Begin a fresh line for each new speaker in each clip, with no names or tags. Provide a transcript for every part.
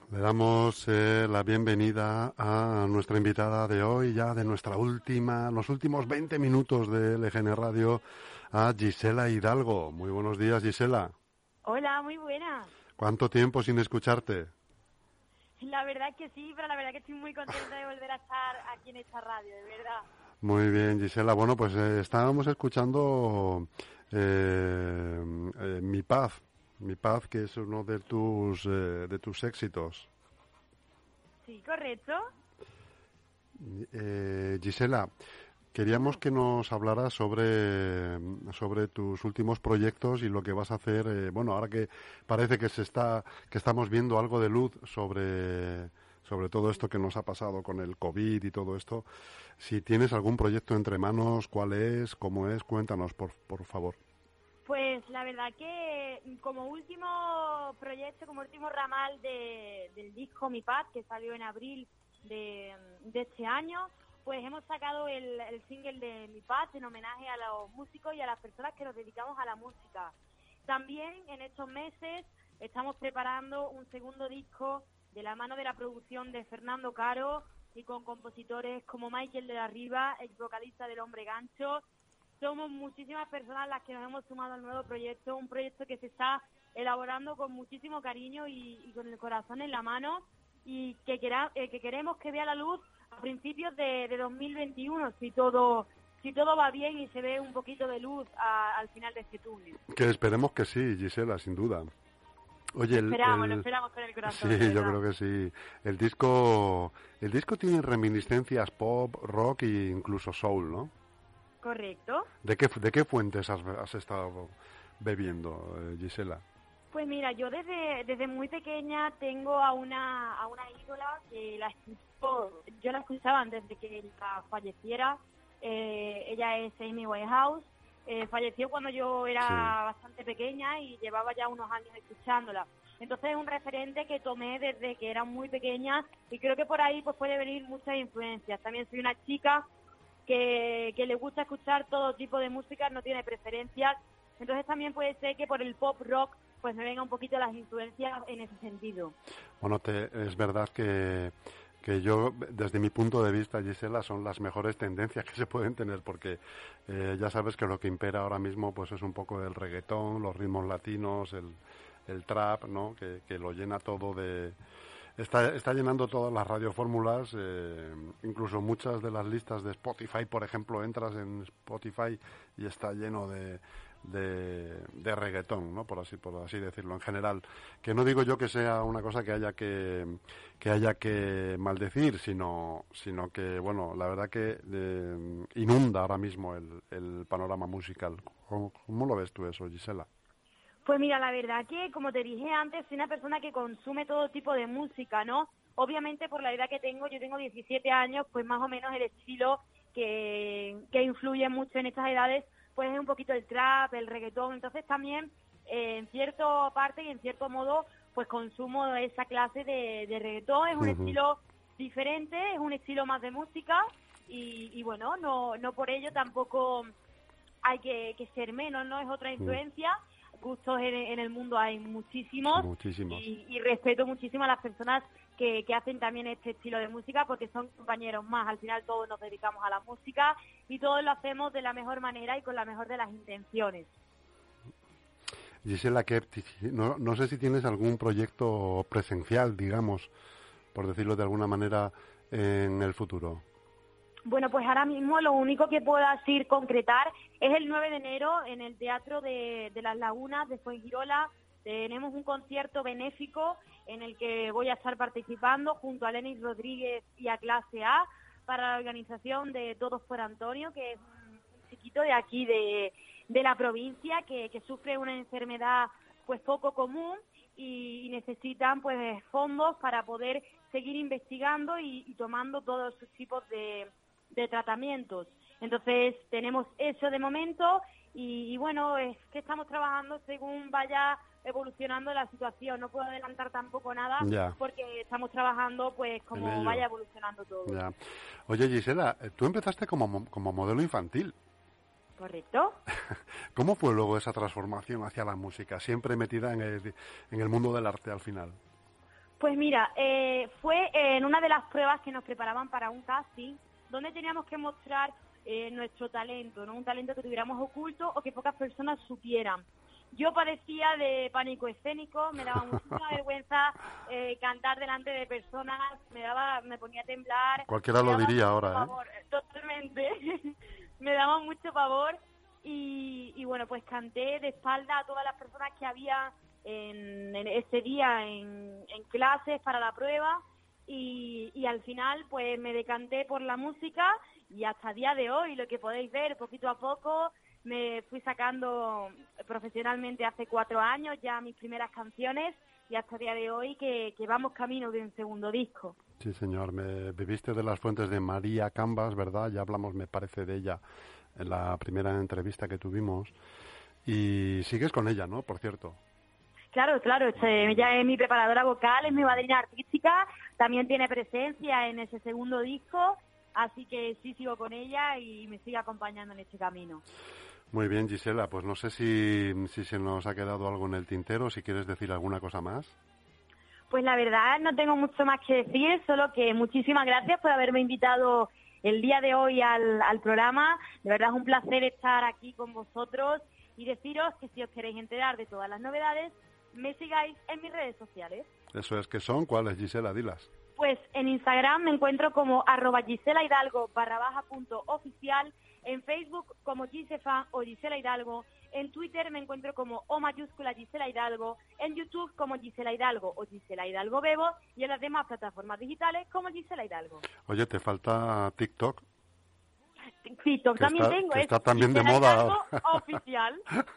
Le damos la bienvenida a nuestra invitada de hoy, ya de los últimos 20 minutos de LGN Radio, a Gisela Hidalgo. Muy buenos días, Gisela.
Hola, muy buena.
¿Cuánto tiempo sin escucharte?
La verdad que sí, pero la verdad que estoy muy contenta de volver a estar aquí en esta radio, de verdad.
Muy bien, Gisela. Bueno, pues estábamos escuchando Mi Paz, que es uno de tus éxitos.
Sí, correcto.
Gisela, queríamos que nos hablaras sobre tus últimos proyectos y lo que vas a hacer. Ahora que parece que estamos viendo algo de luz sobre todo esto que nos ha pasado con el COVID y todo esto. Si tienes algún proyecto entre manos, ¿cuál es? ¿Cómo es? Cuéntanos, por favor.
Pues la verdad que como último proyecto, como último ramal del disco Mi Paz, que salió en abril de este año, pues hemos sacado el single de Mi Paz en homenaje a los músicos y a las personas que nos dedicamos a la música. También en estos meses estamos preparando un segundo disco de la mano de la producción de Fernando Caro y con compositores como Michael de la Riva, ex vocalista del Hombre Gancho. Somos muchísimas personas las que nos hemos sumado al nuevo proyecto, un proyecto que se está elaborando con muchísimo cariño y con el corazón en la mano y que queremos que vea la luz a principios de 2021, si todo va bien y se ve un poquito de luz al final de este túnel.
Que esperemos que sí, Gisela, sin duda. Oye,
lo esperamos con el corazón.
Sí, yo creo que sí. El disco tiene reminiscencias pop, rock e incluso soul, ¿no?
Correcto.
¿De qué fuentes has estado bebiendo, Gisela?
Pues mira, yo desde muy pequeña tengo a una ídola que yo la escuchaba antes de que ella falleciera. Ella es Amy Winehouse. Falleció cuando yo era bastante pequeña y llevaba ya unos años escuchándola. Entonces es un referente que tomé desde que era muy pequeña y creo que por ahí pues puede venir muchas influencias. También soy una chica que le gusta escuchar todo tipo de música, no tiene preferencias. Entonces también puede ser que por el pop rock pues me venga un poquito las influencias en ese sentido.
Bueno, es verdad que yo, desde mi punto de vista, Gisela, son las mejores tendencias que se pueden tener, porque ya sabes que lo que impera ahora mismo pues es un poco el reggaetón, los ritmos latinos, el trap, ¿no? Que lo llena todo de... Está llenando todas las radiofórmulas, incluso muchas de las listas de Spotify, por ejemplo, entras en Spotify y está lleno de reggaetón, ¿no? Por así decirlo, en general. Que no digo yo que sea una cosa que haya que maldecir, sino que, bueno, la verdad que inunda ahora mismo el panorama musical. ¿Cómo lo ves tú eso, Gisela?
Pues mira, la verdad que, como te dije antes, soy una persona que consume todo tipo de música, ¿no? Obviamente, por la edad que tengo, yo tengo 17 años, pues más o menos el estilo que influye mucho en estas edades, pues es un poquito el trap, el reggaetón. Entonces también, en cierta parte y en cierto modo, pues consumo esa clase de reggaetón. Es un estilo diferente, es un estilo más de música y bueno, no por ello tampoco hay que ser menos, ¿no? Es otra influencia. Gustos en el mundo hay muchísimos. Y respeto muchísimo a las personas que hacen también este estilo de música porque son compañeros más. Al final todos nos dedicamos a la música y todos lo hacemos de la mejor manera y con la mejor de las intenciones.
Gisela, no sé si tienes algún proyecto presencial, digamos, por decirlo de alguna manera, en el futuro.
Bueno, pues ahora mismo lo único que puedo así concretar es el 9 de enero en el Teatro de las Lagunas de Fuengirola. Tenemos un concierto benéfico en el que voy a estar participando junto a Lenis Rodríguez y a Clase A para la organización de Todos por Antonio, que es un chiquito de aquí de la provincia que sufre una enfermedad pues poco común y necesitan pues fondos para poder seguir investigando y tomando todos sus tipos de tratamientos. Entonces tenemos eso de momento y bueno, es que estamos trabajando según vaya evolucionando la situación. No puedo adelantar tampoco nada porque estamos trabajando pues como vaya evolucionando todo.
Ya. Oye, Gisela, tú empezaste como modelo infantil.
¿Correcto?
¿Cómo fue luego esa transformación hacia la música, siempre metida en el mundo del arte al final?
Pues mira, fue en una de las pruebas que nos preparaban para un casting, donde teníamos que mostrar nuestro talento, ¿no? Un talento que tuviéramos oculto o que pocas personas supieran. Yo padecía de pánico escénico, me daba muchísima vergüenza cantar delante de personas, me ponía a temblar.
Cualquiera lo diría ahora,
pavor, totalmente. Me daba mucho pavor y bueno, pues canté de espalda a todas las personas que había en ese día en clases para la prueba y al final pues me decanté por la música y hasta el día de hoy, lo que podéis ver, poquito a poco me fui sacando profesionalmente hace 4 años ya mis primeras canciones y hasta el día de hoy que vamos camino de un segundo disco.
Sí, señor. Me bebiste de las fuentes de María Cambas, ¿verdad? Ya hablamos, me parece, de ella en la primera entrevista que tuvimos. Y sigues con ella, ¿no? Por cierto.
Claro, ella es mi preparadora vocal, es mi madrina artística, también tiene presencia en ese segundo disco, así que sí sigo con ella y me sigue acompañando en este camino.
Muy bien, Gisela, pues no sé si se nos ha quedado algo en el tintero, si quieres decir alguna cosa más.
Pues la verdad no tengo mucho más que decir, solo que muchísimas gracias por haberme invitado el día de hoy al programa. De verdad es un placer estar aquí con vosotros y deciros que si os queréis enterar de todas las novedades, me sigáis en mis redes sociales.
Eso es, ¿qué son? ¿Cuáles, Gisela? Dilas.
Pues en Instagram me encuentro como @GiselaHidalgo_oficial, en Facebook como Gisefan o Gisela Hidalgo, en Twitter me encuentro como Gisela Hidalgo, en YouTube como Gisela Hidalgo o Gisela Hidalgo Bebo y en las demás plataformas digitales como Gisela Hidalgo.
Oye, ¿te falta TikTok?
TikTok también tengo,
que está también de moda.
Hidalgo oficial.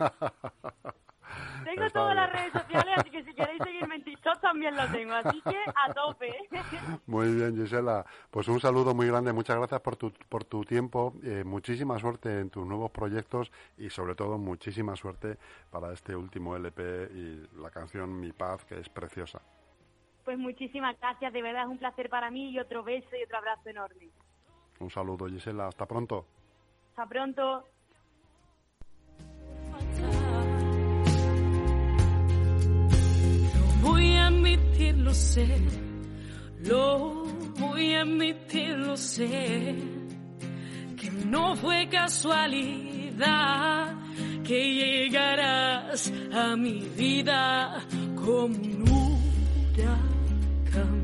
Tengo todas las redes sociales, así que si queréis seguirme en TikTok también lo tengo, así que a tope.
Muy bien, Gisela. Pues un saludo muy grande, muchas gracias por tu tiempo, muchísima suerte en tus nuevos proyectos y sobre todo muchísima suerte para este último LP y la canción Mi Paz, que es preciosa.
Pues muchísimas gracias, de verdad es un placer para mí y otro beso y otro abrazo enorme.
Un saludo, Gisela, hasta pronto.
Hasta pronto.
Voy a admitir, lo sé, lo voy a admitir, lo sé, que no fue casualidad que llegarás a mi vida como un huracán.